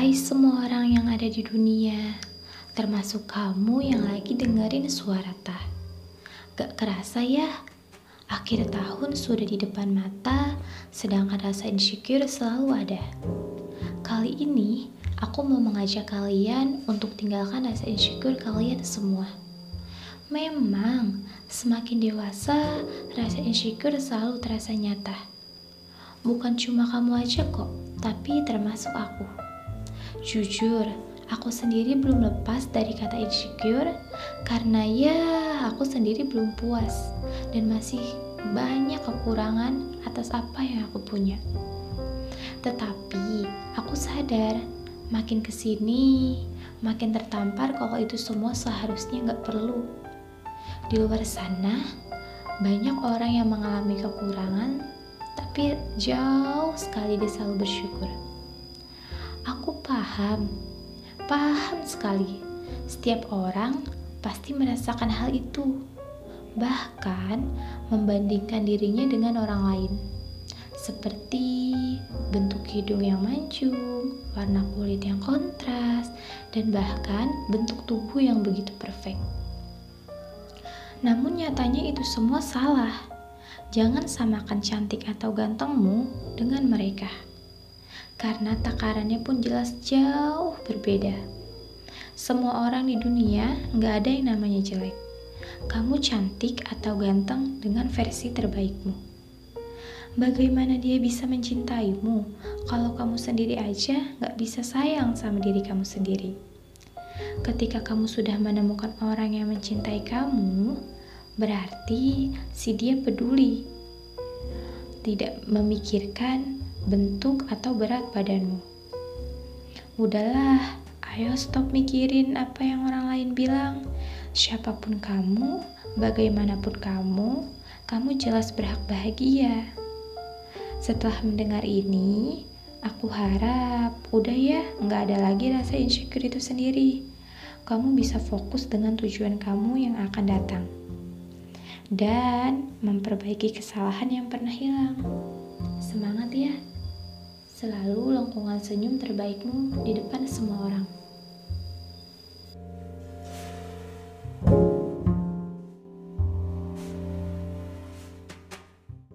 Hai semua orang yang ada di dunia, termasuk kamu yang lagi dengerin suara Tah. Gak kerasa ya, akhir tahun sudah di depan mata, sedangkan rasa insecure selalu ada. Kali ini, aku mau mengajak kalian untuk tinggalkan rasa insecure kalian semua. Memang, semakin dewasa, rasa insecure selalu terasa nyata. Bukan cuma kamu aja kok, tapi termasuk aku. Jujur, aku sendiri belum lepas dari kata insecure karena ya aku sendiri belum puas dan masih banyak kekurangan atas apa yang aku punya. Tetapi aku sadar makin kesini makin tertampar kalau itu semua seharusnya gak perlu. Di luar sana banyak orang yang mengalami kekurangan tapi jauh sekali dia selalu bersyukur. Aku paham sekali. Setiap orang pasti merasakan hal itu. Bahkan membandingkan dirinya dengan orang lain. Seperti bentuk hidung yang mancung, warna kulit yang kontras, dan bahkan bentuk tubuh yang begitu perfect. Namun nyatanya itu semua salah. Jangan samakan cantik atau gantengmu dengan mereka. Karena takarannya pun jelas jauh berbeda. Semua orang di dunia gak ada yang namanya jelek. Kamu cantik atau ganteng dengan versi terbaikmu. Bagaimana dia bisa mencintaimu kalau kamu sendiri aja gak bisa sayang sama diri kamu sendiri? Ketika kamu sudah menemukan orang yang mencintai kamu, berarti si dia peduli. Tidak memikirkan bentuk atau berat badanmu. Udahlah, ayo stop mikirin apa yang orang lain bilang. Siapapun kamu, bagaimanapun kamu jelas berhak bahagia. Setelah mendengar ini, aku harap udah ya, gak ada lagi rasa insecure itu sendiri. Kamu bisa fokus dengan tujuan kamu yang akan datang dan memperbaiki kesalahan yang pernah hilang. Semangat ya! Selalu lengkungan senyum terbaikmu di depan semua orang.